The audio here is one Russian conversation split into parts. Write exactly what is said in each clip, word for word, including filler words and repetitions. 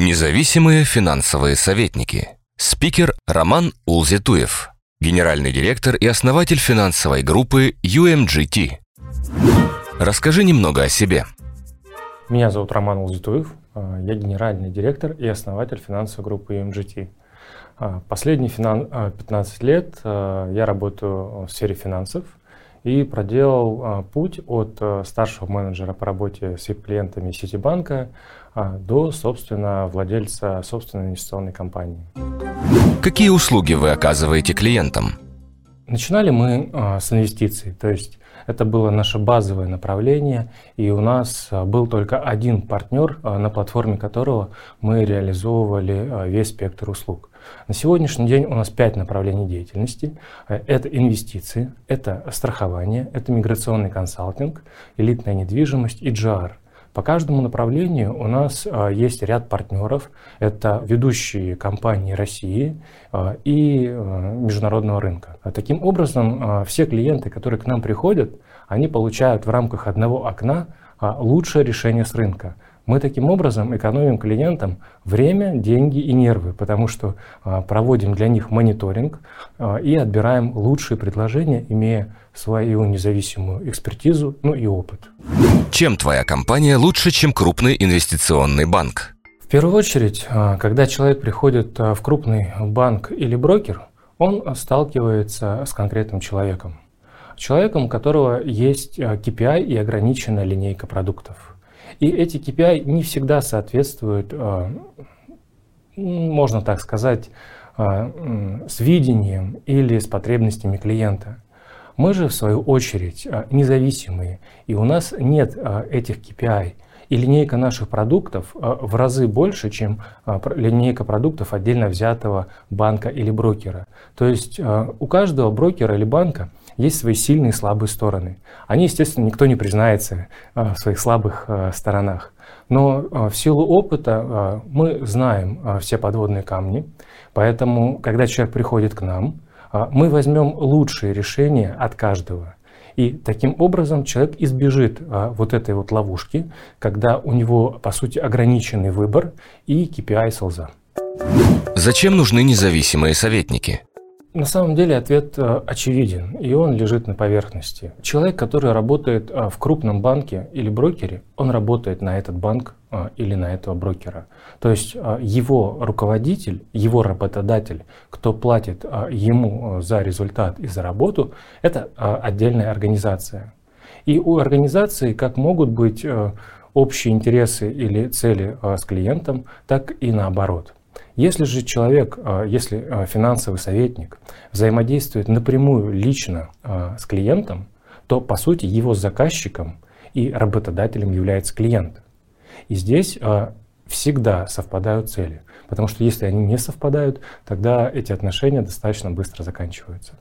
Независимые финансовые советники. Спикер Роман Улзетуев, генеральный директор и основатель финансовой группы ю эм джи ти. Расскажи немного о себе. Меня зовут Роман Улзетуев, я генеральный директор и основатель финансовой группы ю эм джи ти. Последние пятнадцать лет я работаю в сфере финансов и проделал путь от старшего менеджера по работе с клиентами Ситибанка до, собственно, владельца собственной инвестиционной компании. Какие услуги вы оказываете клиентам? Начинали мы с инвестиций, то есть это было наше базовое направление, и у нас был только один партнер, на платформе которого мы реализовывали весь спектр услуг. На сегодняшний день у нас пять направлений деятельности. Это инвестиции, это страхование, это миграционный консалтинг, элитная недвижимость и джи ар. По каждому направлению у нас есть ряд партнеров. Это ведущие компании России и международного рынка. Таким образом, все клиенты, которые к нам приходят, они получают в рамках одного окна лучшее решение с рынка. Мы таким образом экономим клиентам время, деньги и нервы, потому что проводим для них мониторинг и отбираем лучшие предложения, имея свою независимую экспертизу, ну и опыт. Чем твоя компания лучше, чем крупный инвестиционный банк? В первую очередь, когда человек приходит в крупный банк или брокер, он сталкивается с конкретным человеком. Человеком, у которого есть кей пи ай и ограниченная линейка продуктов. И эти кей пи ай не всегда соответствуют, можно так сказать, с видением или с потребностями клиента. Мы же, в свою очередь, независимые, и у нас нет этих кей пи ай. И линейка наших продуктов в разы больше, чем линейка продуктов отдельно взятого банка или брокера. То есть у каждого брокера или банка есть свои сильные и слабые стороны. Они, естественно, никто не признается в своих слабых сторонах. Но в силу опыта мы знаем все подводные камни. Поэтому, когда человек приходит к нам, мы возьмем лучшие решения от каждого. И таким образом человек избежит а, вот этой вот ловушки, когда у него, по сути, ограниченный выбор и кей пи ай селза. Зачем нужны независимые советники? На самом деле ответ а, очевиден, и он лежит на поверхности. Человек, который работает а, в крупном банке или брокере, он работает на этот банк а, или на этого брокера. То есть а, его руководитель, его работодатель, кто платит а, ему за результат и за работу, это а, отдельная организация. И у организации как могут быть а, общие интересы или цели а, с клиентом, так и наоборот. Если же человек, если финансовый советник взаимодействует напрямую лично с клиентом, то по сути его заказчиком и работодателем является клиент. И здесь всегда совпадают цели, потому что если они не совпадают, тогда эти отношения достаточно быстро заканчиваются.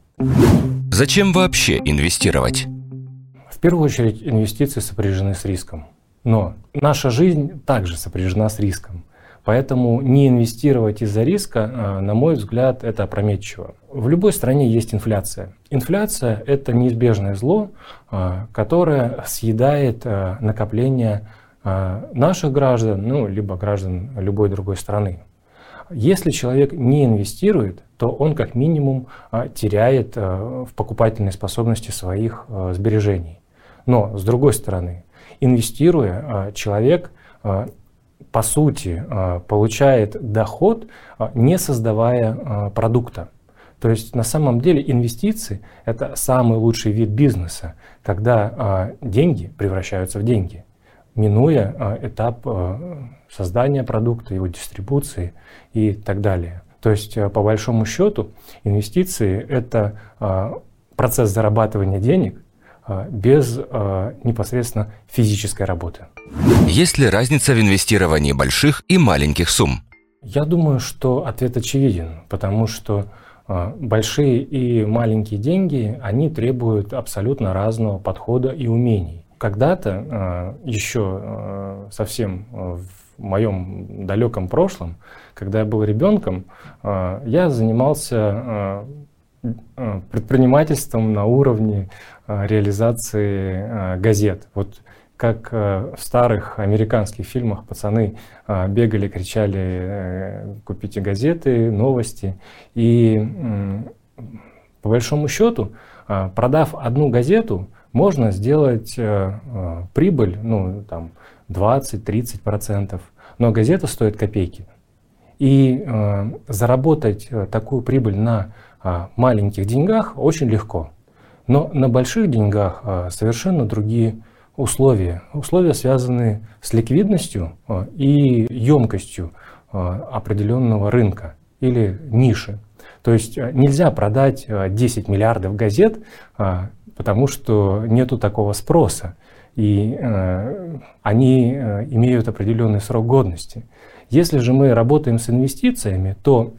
Зачем вообще инвестировать? В первую очередь инвестиции сопряжены с риском, но наша жизнь также сопряжена с риском. Поэтому не инвестировать из-за риска, на мой взгляд, это опрометчиво. В любой стране есть инфляция. Инфляция – это неизбежное зло, которое съедает накопления наших граждан, ну, либо граждан любой другой страны. Если человек не инвестирует, то он как минимум теряет в покупательной способности своих сбережений. Но, с другой стороны, инвестируя, человек по сути, получает доход, не создавая продукта. То есть на самом деле инвестиции – это самый лучший вид бизнеса, когда деньги превращаются в деньги, минуя этап создания продукта, его дистрибуции и так далее. То есть по большому счету инвестиции – это процесс зарабатывания денег без непосредственно физической работы. Есть ли разница в инвестировании больших и маленьких сумм? Я думаю, что ответ очевиден, потому что большие и маленькие деньги, они требуют абсолютно разного подхода и умений. Когда-то, еще совсем в моем далеком прошлом, когда я был ребенком, я занимался предпринимательством на уровне реализации газет. Вот как в старых американских фильмах пацаны бегали, кричали: купите газеты, новости. И по большому счету, продав одну газету, можно сделать прибыль, ну, там, двадцать-тридцать процентов, но газета стоит копейки. И э, заработать такую прибыль на э, маленьких деньгах очень легко. Но на больших деньгах э, совершенно другие условия. Условия связаны с ликвидностью э, и емкостью э, определенного рынка или ниши. То есть э, нельзя продать э, десять миллиардов газет, э, потому что нету такого спроса. И э, они э, имеют определенный срок годности. Если же мы работаем с инвестициями, то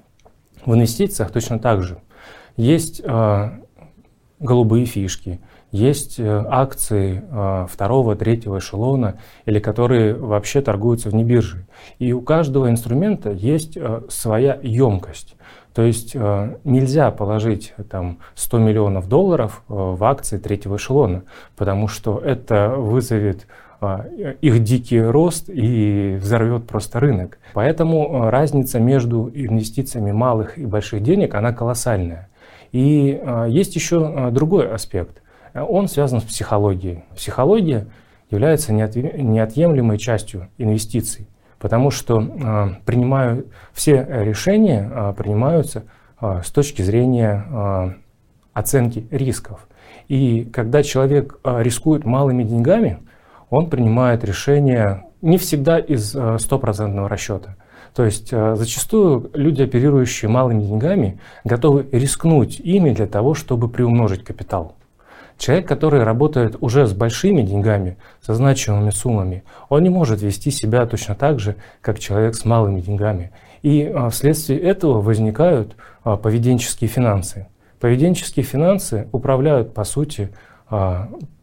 в инвестициях точно так же. Есть э, голубые фишки, есть э, акции э, второго, третьего эшелона, или которые вообще торгуются вне биржи. И у каждого инструмента есть э, своя емкость. То есть э, нельзя положить там сто миллионов долларов э, в акции третьего эшелона, потому что это вызовет э, их дикий рост и взорвет просто рынок. Поэтому э, разница между инвестициями малых и больших денег, она колоссальная. И э, есть еще э, другой аспект. Он связан с психологией. Психология является неотъемлемой частью инвестиций. Потому что э, принимаю, все решения э, принимаются э, с точки зрения э, оценки рисков. И когда человек э, рискует малыми деньгами, он принимает решения не всегда из э, стопроцентного расчета. То есть э, зачастую люди, оперирующие малыми деньгами, готовы рискнуть ими для того, чтобы приумножить капитал. Человек, который работает уже с большими деньгами, со значимыми суммами, он не может вести себя точно так же, как человек с малыми деньгами. И а, вследствие этого возникают а, поведенческие финансы. Поведенческие финансы управляют, по сути, а,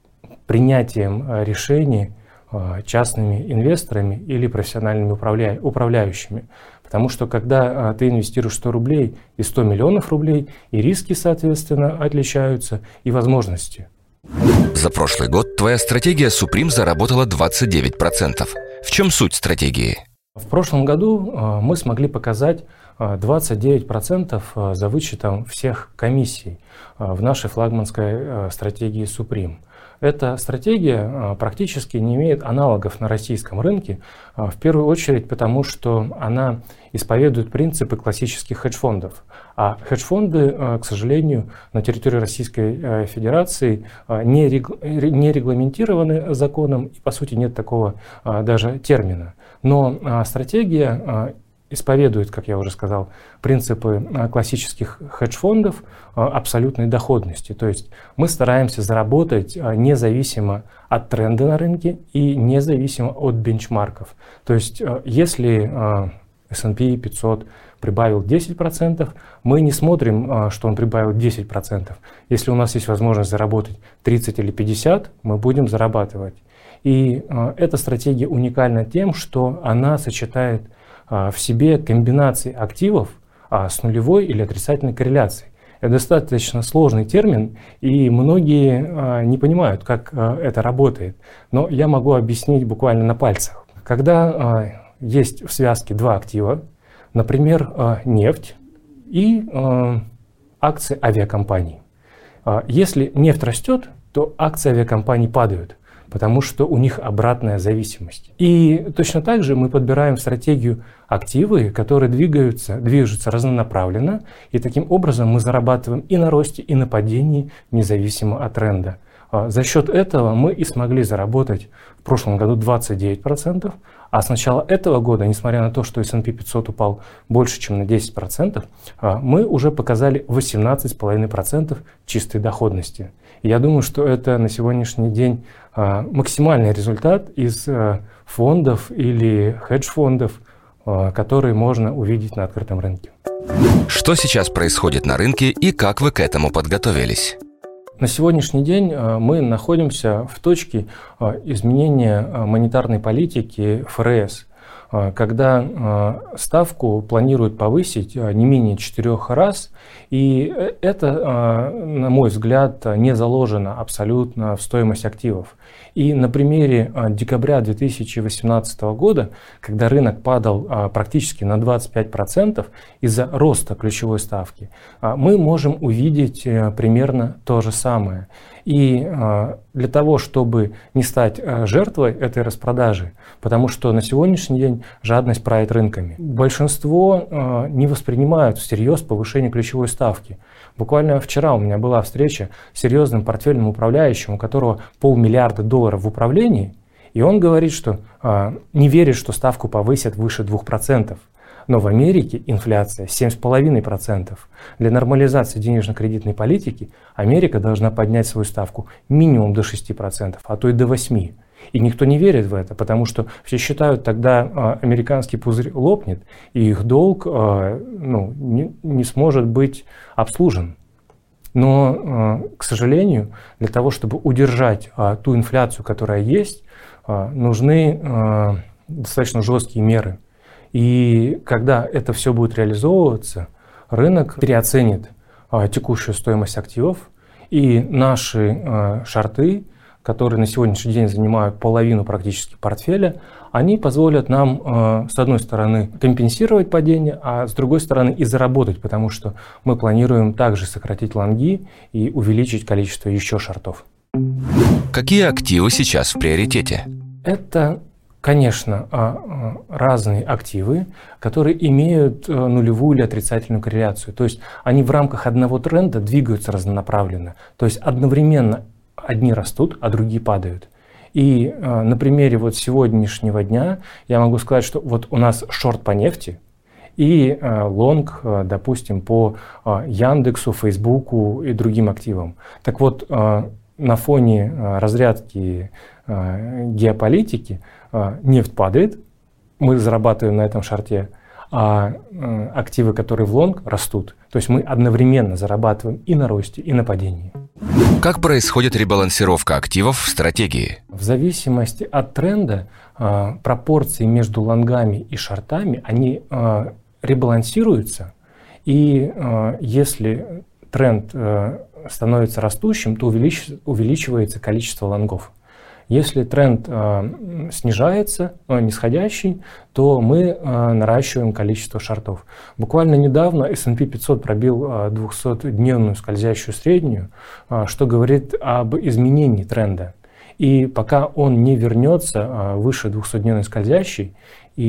принятием а, решений а, частными инвесторами или профессиональными управля... управляющими. Потому что когда а, ты инвестируешь сто рублей и сто миллионов рублей, и риски, соответственно, отличаются, и возможности. За прошлый год твоя стратегия Supreme заработала двадцать девять процентов. В чем суть стратегии? В прошлом году а, мы смогли показать а, двадцать девять процентов а, за вычетом всех комиссий а, в нашей флагманской а, стратегии Supreme. Эта стратегия практически не имеет аналогов на российском рынке, в первую очередь потому, что она исповедует принципы классических хедж-фондов. А хедж-фонды, к сожалению, на территории Российской Федерации не регламентированы законом, и по сути нет такого даже термина. Но стратегия исповедует, как я уже сказал, принципы классических хедж-фондов абсолютной доходности. То есть мы стараемся заработать независимо от тренда на рынке и независимо от бенчмарков. То есть если эс энд пи пятьсот прибавил десять процентов, мы не смотрим, что он прибавил десять процентов. Если у нас есть возможность заработать тридцать или пятьдесят, мы будем зарабатывать. И эта стратегия уникальна тем, что она сочетает в себе комбинации активов с нулевой или отрицательной корреляцией. Это достаточно сложный термин, и многие не понимают, как это работает. Но я могу объяснить буквально на пальцах. Когда есть в связке два актива, например, нефть и акции авиакомпаний. Если нефть растет, то акции авиакомпаний падают, потому что у них обратная зависимость. И точно так же мы подбираем стратегию активы, которые двигаются, движутся разнонаправленно, и таким образом мы зарабатываем и на росте, и на падении, независимо от тренда. За счет этого мы и смогли заработать в прошлом году двадцать девять процентов, а с начала этого года, несмотря на то, что эс энд пи пятьсот упал больше, чем на десять процентов, мы уже показали восемнадцать целых пять десятых процента чистой доходности. И я думаю, что это на сегодняшний день максимальный результат из фондов или хедж-фондов, которые можно увидеть на открытом рынке. Что сейчас происходит на рынке и как вы к этому подготовились? На сегодняшний день мы находимся в точке изменения монетарной политики эф эр эс. когда ставку планируют повысить не менее четырех раз, и это, на мой взгляд, не заложено абсолютно в стоимость активов. И на примере декабря две тысячи восемнадцатого года, когда рынок падал практически на двадцать пять процентов из-за роста ключевой ставки, мы можем увидеть примерно то же самое. И для того, чтобы не стать жертвой этой распродажи, потому что на сегодняшний день жадность правит рынками, большинство не воспринимают всерьез повышение ключевой ставки. Буквально вчера у меня была встреча с серьезным портфельным управляющим, у которого полмиллиарда долларов в управлении, и он говорит, что не верит, что ставку повысят выше двух процентов. Но в Америке инфляция семь целых пять десятых процента. Для нормализации денежно-кредитной политики Америка должна поднять свою ставку минимум до шести процентов, а то и до восьми процентов. И никто не верит в это, потому что все считают, тогда а, американский пузырь лопнет, и их долг а, ну, не, не сможет быть обслужен. Но, а, к сожалению, для того, чтобы удержать а, ту инфляцию, которая есть, а, нужны а, достаточно жесткие меры. И когда это все будет реализовываться, рынок переоценит а, текущую стоимость активов, и наши а, шорты, которые на сегодняшний день занимают половину практически портфеля, они позволят нам, а, с одной стороны, компенсировать падение, а с другой стороны и заработать, потому что мы планируем также сократить лонги и увеличить количество еще шортов. Какие активы сейчас в приоритете? Это, конечно, разные активы, которые имеют нулевую или отрицательную корреляцию. То есть они в рамках одного тренда двигаются разнонаправленно. То есть одновременно одни растут, а другие падают. И на примере вот сегодняшнего дня я могу сказать, что вот у нас шорт по нефти и лонг, допустим, по Яндексу, Фейсбуку и другим активам. Так вот, на фоне разрядки геополитики нефть падает, мы зарабатываем на этом шорте, а активы, которые в лонг, растут. То есть мы одновременно зарабатываем и на росте, и на падении. Как происходит ребалансировка активов в стратегии? В зависимости от тренда пропорции между лонгами и шортами, они ребалансируются. И если тренд становится растущим, то увеличивается количество лонгов. Если тренд э, снижается, э, нисходящий, то мы э, наращиваем количество шортов. Буквально недавно эс энд пи пятьсот пробил э, двухсотдневную скользящую среднюю, э, что говорит об изменении тренда. И пока он не вернется э, выше двухсотдневной скользящей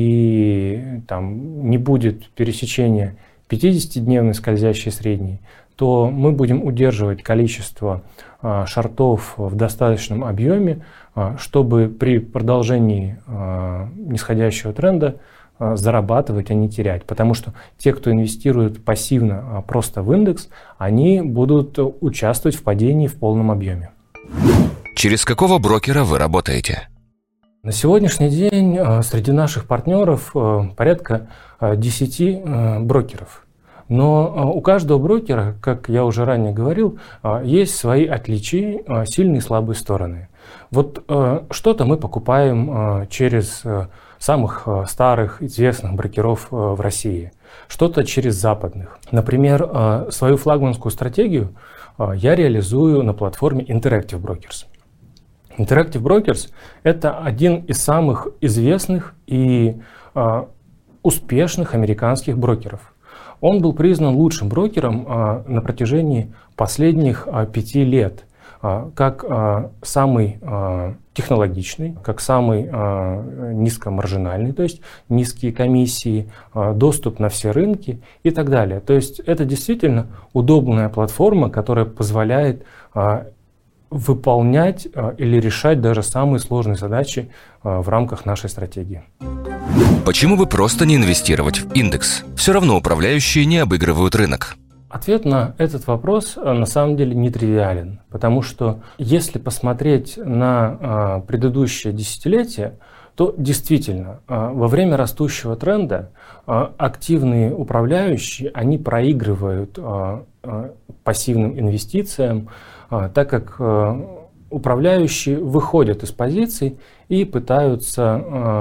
и там, не будет пересечения пятидесятидневной скользящей средней, то мы будем удерживать количество а, шортов в достаточном объеме, а, чтобы при продолжении а, нисходящего тренда а, зарабатывать, а не терять. Потому что те, кто инвестирует пассивно а, просто в индекс, они будут участвовать в падении в полном объеме. Через какого брокера вы работаете? На сегодняшний день а, среди наших партнеров а, порядка а, десяти а, брокеров. Но у каждого брокера, как я уже ранее говорил, есть свои отличия, сильные и слабые стороны. Вот что-то мы покупаем через самых старых известных брокеров в России, что-то через западных. Например, свою флагманскую стратегию я реализую на платформе Interactive Brokers. Interactive Brokers – это один из самых известных и успешных американских брокеров. Он был признан лучшим брокером а, на протяжении последних а, пяти лет, а, как а, самый а, технологичный, как самый а, низкомаржинальный, то есть низкие комиссии, а, доступ на все рынки и так далее. То есть это действительно удобная платформа, которая позволяет а, выполнять а, или решать даже самые сложные задачи а, в рамках нашей стратегии. Почему бы просто не инвестировать в индекс? Все равно управляющие не обыгрывают рынок. Ответ на этот вопрос на самом деле нетривиален, потому что если посмотреть на а, предыдущее десятилетие, то действительно а, во время растущего тренда а, активные управляющие, они проигрывают а, а, пассивным инвестициям, а, так как а, управляющие выходят из позиций и пытаются а,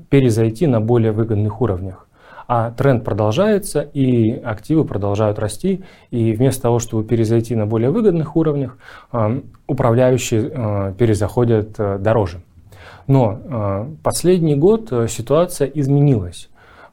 перезайти на более выгодных уровнях. А тренд продолжается, и активы продолжают расти, и вместо того, чтобы перезайти на более выгодных уровнях, управляющие перезаходят дороже. Но последний год ситуация изменилась.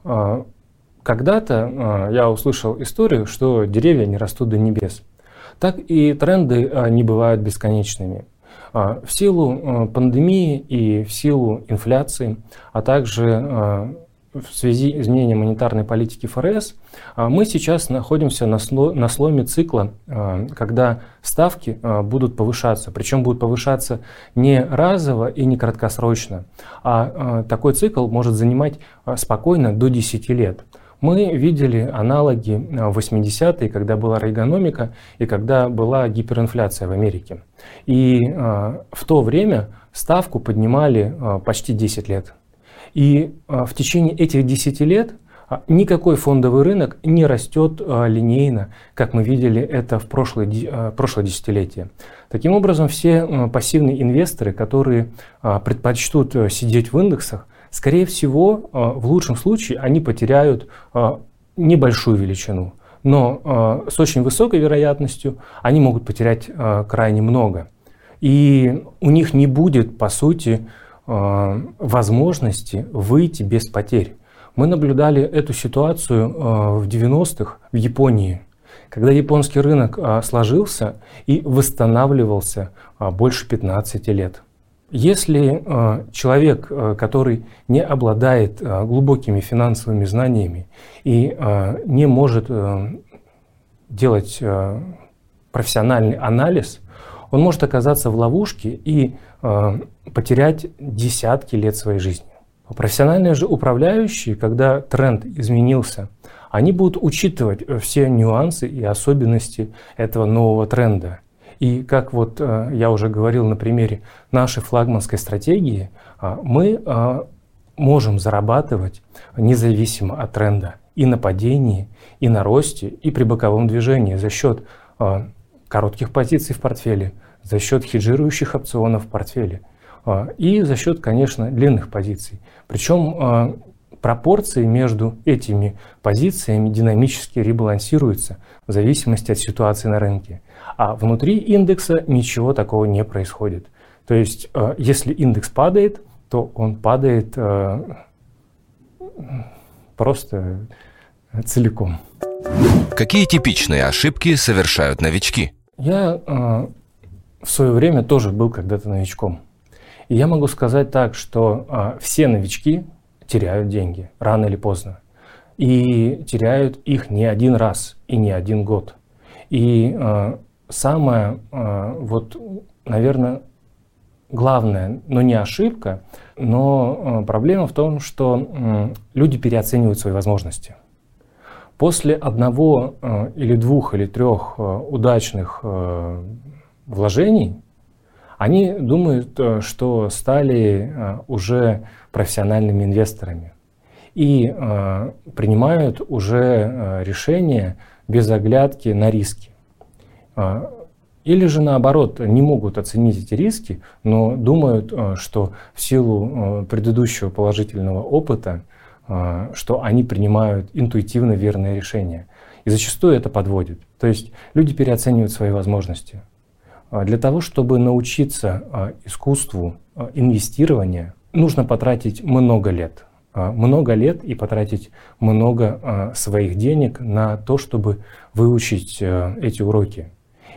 Когда-то я услышал историю, что деревья не растут до небес. Так и тренды не бывают бесконечными. В силу пандемии и в силу инфляции, а также в связи с изменением монетарной политики эф эр эс, мы сейчас находимся на сломе цикла, когда ставки будут повышаться. Причем будут повышаться не разово и не краткосрочно, а такой цикл может занимать спокойно до десяти лет. Мы видели аналоги в восьмидесятые, когда была рейгономика и когда была гиперинфляция в Америке. И в то время ставку поднимали почти десять лет. И в течение этих десяти лет никакой фондовый рынок не растет линейно, как мы видели это в прошлое, прошлое десятилетие. Таким образом, все пассивные инвесторы, которые предпочтут сидеть в индексах, скорее всего, в лучшем случае они потеряют небольшую величину. Но с очень высокой вероятностью они могут потерять крайне много. И у них не будет, по сути, возможности выйти без потерь. Мы наблюдали эту ситуацию в девяностых в Японии, когда японский рынок сложился и восстанавливался больше пятнадцати лет. Если человек, который не обладает глубокими финансовыми знаниями и не может делать профессиональный анализ, он может оказаться в ловушке и э, потерять десятки лет своей жизни. Профессиональные же управляющие, когда тренд изменился, они будут учитывать все нюансы и особенности этого нового тренда. И как вот э, я уже говорил на примере нашей флагманской стратегии, э, мы э, можем зарабатывать независимо от тренда и на падении, и на росте, и при боковом движении за счет э, коротких позиций в портфеле, за счет хеджирующих опционов в портфеле и за счет, конечно, длинных позиций. Причем пропорции между этими позициями динамически ребалансируются в зависимости от ситуации на рынке. А внутри индекса ничего такого не происходит. То есть, если индекс падает, то он падает просто целиком. Какие типичные ошибки совершают новички? Я э, в свое время тоже был когда-то новичком. И я могу сказать так, что э, все новички теряют деньги рано или поздно. И теряют их не один раз и не один год. И э, самое, э, вот, наверное, главное, но не ошибка, но э, проблема в том, что э, люди переоценивают свои возможности. После одного э, или двух или трех э, удачных э, вложений они думают, э, что стали э, уже профессиональными инвесторами и э, принимают уже э, решения без оглядки на риски. Э, или же наоборот, не могут оценить эти риски, но думают, э, что в силу э, предыдущего положительного опыта что они принимают интуитивно верные решения. И зачастую это подводит. То есть люди переоценивают свои возможности. Для того, чтобы научиться искусству инвестирования, нужно потратить много лет. Много лет и потратить много своих денег на то, чтобы выучить эти уроки.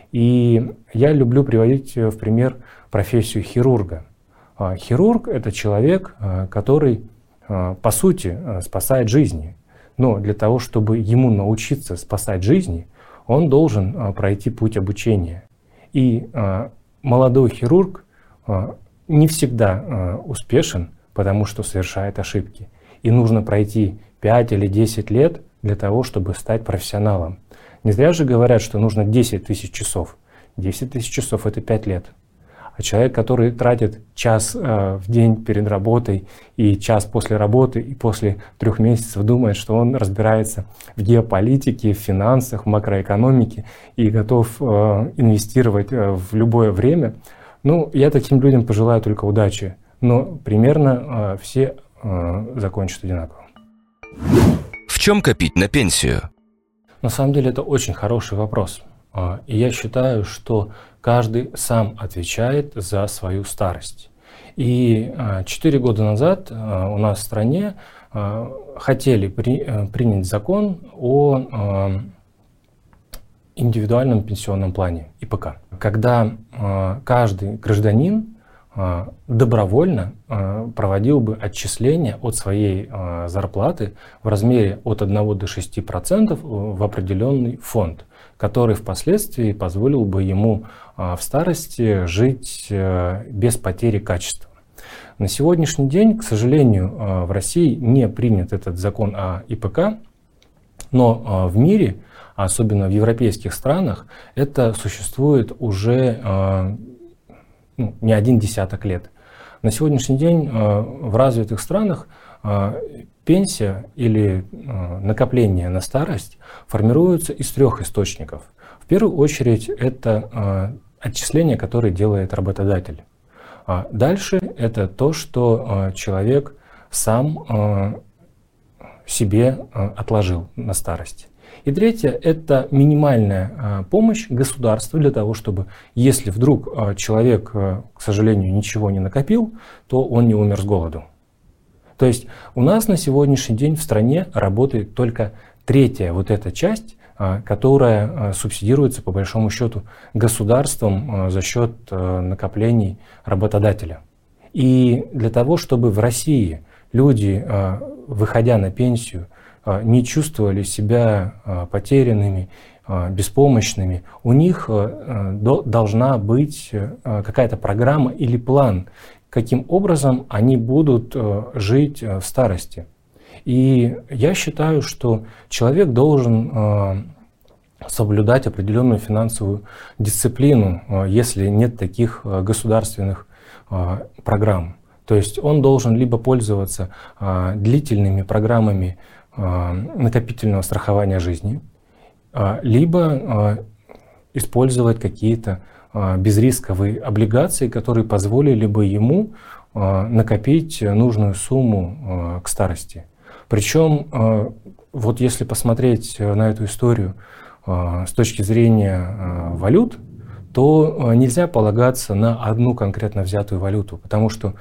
И я люблю приводить в пример профессию хирурга. Хирург — это человек, который по сути спасает жизни. Но для того, чтобы ему научиться спасать жизни, он должен пройти путь обучения. И молодой хирург не всегда успешен, потому что совершает ошибки. И нужно пройти пять или десять лет для того, чтобы стать профессионалом. Не зря же говорят, что нужно десять тысяч часов. десять тысяч часов — это пять лет. А человек, который тратит час э, в день перед работой и час после работы и после трех месяцев думает, что он разбирается в геополитике, в финансах, в макроэкономике и готов э, инвестировать э, в любое время, ну, я таким людям пожелаю только удачи. Но примерно э, все э, закончат одинаково. В чем копить на пенсию? На самом деле это очень хороший вопрос. И я считаю, что каждый сам отвечает за свою старость. И четыре года назад у нас в стране хотели при, принять закон о индивидуальном пенсионном плане, И П К, когда каждый гражданин добровольно проводил бы отчисления от своей зарплаты в размере от одного до шести процентов в определенный фонд, который впоследствии позволил бы ему в старости жить без потери качества. На сегодняшний день, к сожалению, в России не принят этот закон о И П К, но в мире, особенно в европейских странах, это существует уже ну, не один десяток лет. На сегодняшний день э, в развитых странах э, пенсия или э, накопление на старость формируются из трех источников. В первую очередь это э, отчисления, которые делает работодатель. А дальше это то, что э, человек сам э, себе э, отложил на старость. И третье – это минимальная а, помощь государства для того, чтобы, если вдруг а, человек, а, к сожалению, ничего не накопил, то он не умер с голоду. То есть у нас на сегодняшний день в стране работает только третья вот эта часть, а, которая а, субсидируется по большому счету государством а, за счет а, накоплений работодателя. И для того, чтобы в России люди, а, выходя на пенсию, не чувствовали себя потерянными, беспомощными, у них должна быть какая-то программа или план, каким образом они будут жить в старости. И я считаю, что человек должен соблюдать определенную финансовую дисциплину, если нет таких государственных программ. То есть он должен либо пользоваться длительными программами накопительного страхования жизни, либо использовать какие-то безрисковые облигации, которые позволили бы ему накопить нужную сумму к старости. Причем, вот если посмотреть на эту историю с точки зрения валют, то нельзя полагаться на одну конкретно взятую валюту, потому что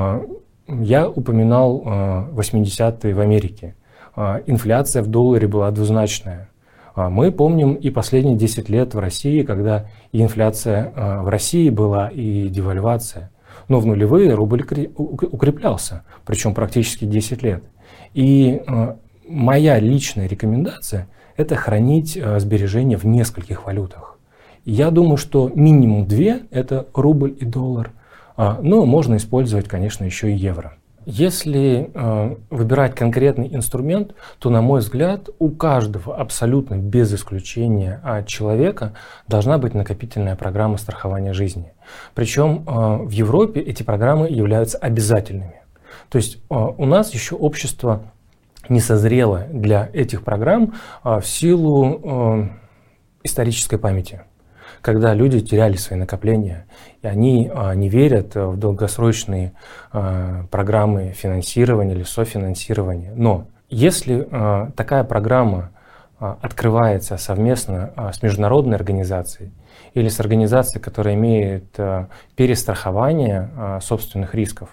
я упоминал восьмидесятые в Америке. Инфляция в долларе была двузначная. Мы помним и последние десять лет в России, когда и инфляция в России была, и девальвация. Но в нулевые рубль укреплялся, причем практически десять лет. И моя личная рекомендация – это хранить сбережения в нескольких валютах. Я думаю, что минимум две – это рубль и доллар, но можно использовать, конечно, еще и евро. Если э, выбирать конкретный инструмент, то, на мой взгляд, у каждого абсолютно без исключения от человека должна быть накопительная программа страхования жизни. Причем э, в Европе эти программы являются обязательными. То есть э, у нас еще общество не созрело для этих программ э, в силу э, исторической памяти, когда люди теряли свои накопления, и они а, не верят в долгосрочные а, программы финансирования или софинансирования. Но если а, такая программа а, открывается совместно а, с международной организацией или с организацией, которая имеет а, перестрахование а, собственных рисков,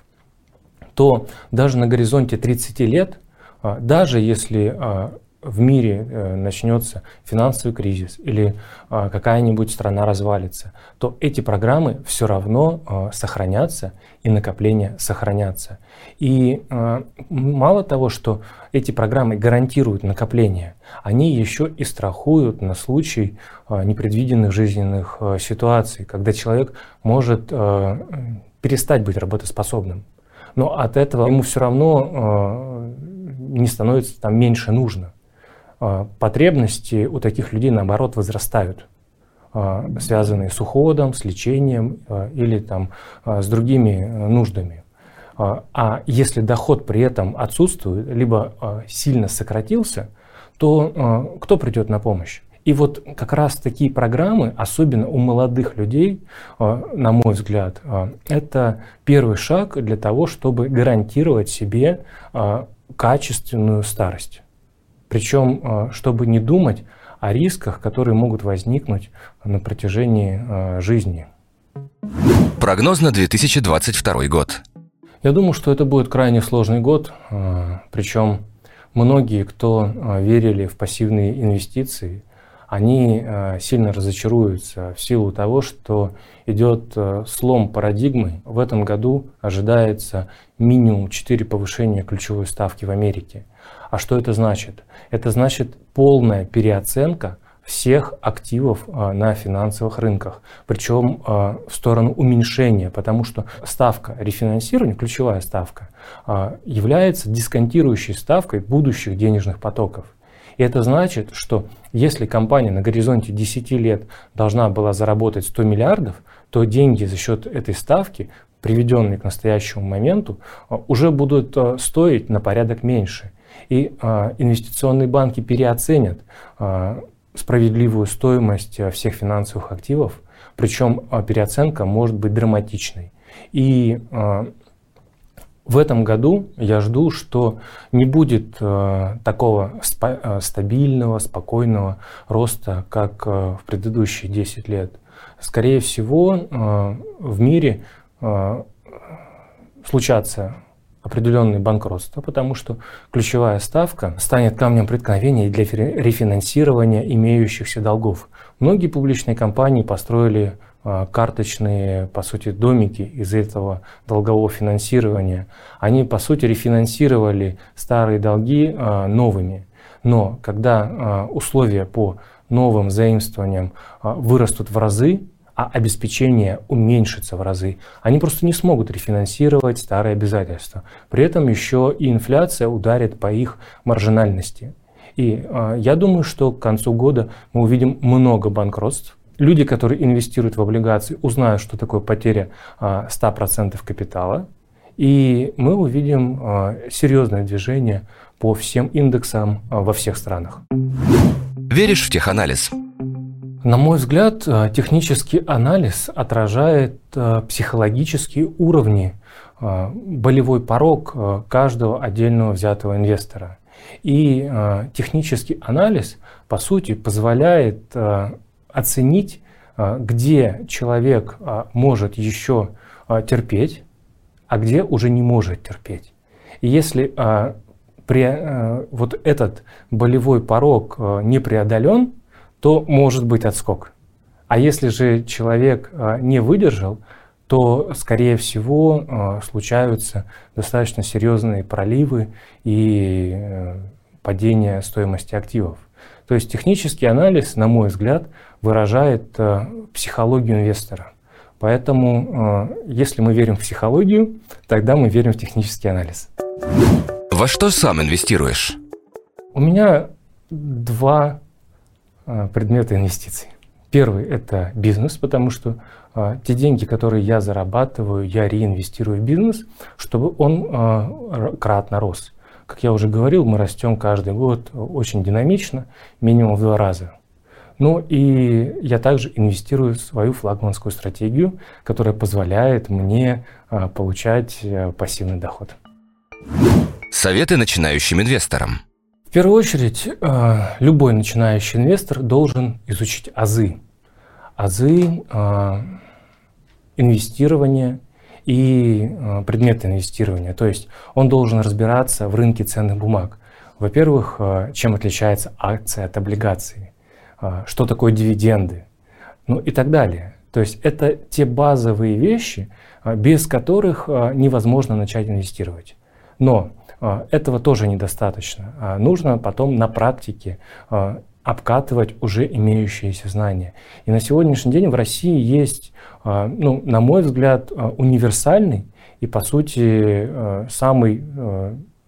то даже на горизонте тридцати лет, а, даже если а, в мире э, начнется финансовый кризис или э, какая-нибудь страна развалится, то эти программы все равно э, сохранятся и накопления сохранятся. И э, мало того, что эти программы гарантируют накопление, они еще и страхуют на случай э, непредвиденных жизненных э, ситуаций, когда человек может э, перестать быть работоспособным. Но от этого ему все равно э, не становится там меньше нужно. Потребности у таких людей, наоборот, возрастают, связанные с уходом, с лечением или там, с другими нуждами. А если доход при этом отсутствует, либо сильно сократился, то кто придет на помощь? И вот как раз такие программы, особенно у молодых людей, на мой взгляд, это первый шаг для того, чтобы гарантировать себе качественную старость. Причем, чтобы не думать о рисках, которые могут возникнуть на протяжении жизни. Прогноз на две тысячи двадцать второй год. Я думаю, что это будет крайне сложный год, причем многие, кто верили в пассивные инвестиции, они сильно разочаруются в силу того, что идет слом парадигмы. В этом году ожидается минимум четыре повышения ключевой ставки в Америке. А что это значит? Это значит полная переоценка всех активов на финансовых рынках, причем в сторону уменьшения, потому что ставка рефинансирования, ключевая ставка, является дисконтирующей ставкой будущих денежных потоков. И это значит, что если компания на горизонте десяти лет должна была заработать сто миллиардов, то деньги за счет этой ставки, приведенные к настоящему моменту, уже будут стоить на порядок меньше. И инвестиционные банки переоценят справедливую стоимость всех финансовых активов, причем переоценка может быть драматичной. И в этом году я жду, что не будет э, такого спа- стабильного, спокойного роста, как э, в предыдущие десять лет. Скорее всего, э, в мире э, случатся определенные банкротства, потому что ключевая ставка станет камнем преткновения для рефинансирования имеющихся долгов. Многие публичные компании построили карточные, по сути, домики из этого долгового финансирования. Они, по сути, рефинансировали старые долги а, новыми. Но когда а, условия по новым заимствованиям а, вырастут в разы, а обеспечение уменьшится в разы, они просто не смогут рефинансировать старые обязательства. При этом еще и инфляция ударит по их маржинальности. И а, я думаю, что к концу года мы увидим много банкротств. Люди, которые инвестируют в облигации, узнают, что такое потеря сто процентов капитала, и мы увидим серьезное движение по всем индексам во всех странах. Веришь в теханализ? На мой взгляд, технический анализ отражает психологические уровни, болевой порог каждого отдельного взятого инвестора. И технический анализ, по сути, позволяет оценить, где человек может еще терпеть, а где уже не может терпеть. И если при, вот этот болевой порог не преодолен, то может быть отскок. А если же человек не выдержал, то, скорее всего, случаются достаточно серьезные проливы и падение стоимости активов. То есть технический анализ, на мой взгляд, выражает э, психологию инвестора. Поэтому, э, если мы верим в психологию, тогда мы верим в технический анализ. Во что сам инвестируешь? У меня два э, предмета инвестиций. Первый – это бизнес, потому что э, те деньги, которые я зарабатываю, я реинвестирую в бизнес, чтобы он э, кратно рос. Как я уже говорил, мы растем каждый год очень динамично, минимум в два раза. Ну и я также инвестирую в свою флагманскую стратегию, которая позволяет мне а, получать а, пассивный доход. Советы начинающим инвесторам. В первую очередь, а, любой начинающий инвестор должен изучить азы. Азы а, инвестирования и э, предметы инвестирования. То есть он должен разбираться в рынке ценных бумаг. Во-первых, э, чем отличается акция от облигации, э, что такое дивиденды, ну и так далее. То есть это те базовые вещи, э, без которых э, невозможно начать инвестировать. Но э, этого тоже недостаточно. Э, нужно потом на практике э, обкатывать уже имеющиеся знания. И на сегодняшний день в России есть, ну, на мой взгляд, универсальный и, по сути, самый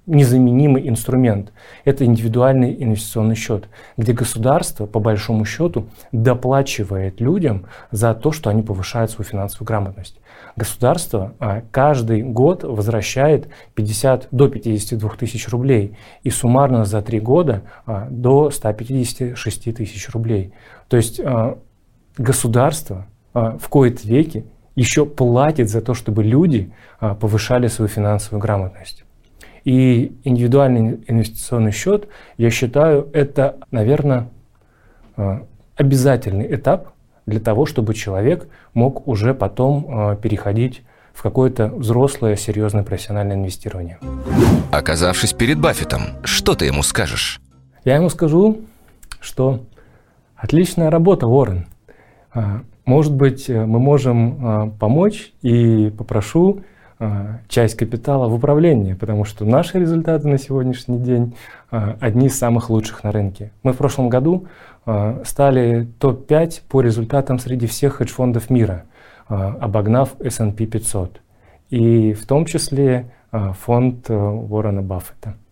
незаменимый инструмент. Это индивидуальный инвестиционный счет, где государство, по большому счету, доплачивает людям за то, что они повышают свою финансовую грамотность. Государство каждый год возвращает пятьдесят до пятидесяти двух тысяч рублей и суммарно за три года до ста пятидесяти шести тысяч рублей. То есть государство в кои-то веки еще платит за то, чтобы люди повышали свою финансовую грамотность. И индивидуальный инвестиционный счет, я считаю, это, наверное, обязательный этап для того, чтобы человек мог уже потом переходить в какое-то взрослое, серьезное профессиональное инвестирование. Оказавшись перед Баффетом, что ты ему скажешь? Я ему скажу, что отличная работа, Уоррен. Может быть, мы можем помочь, и попрошу часть капитала в управлении, потому что наши результаты на сегодняшний день одни из самых лучших на рынке. Мы в прошлом году стали топ пять по результатам среди всех хедж-фондов мира, обогнав эс энд пи пятьсот, и в том числе фонд Уоррена Баффета.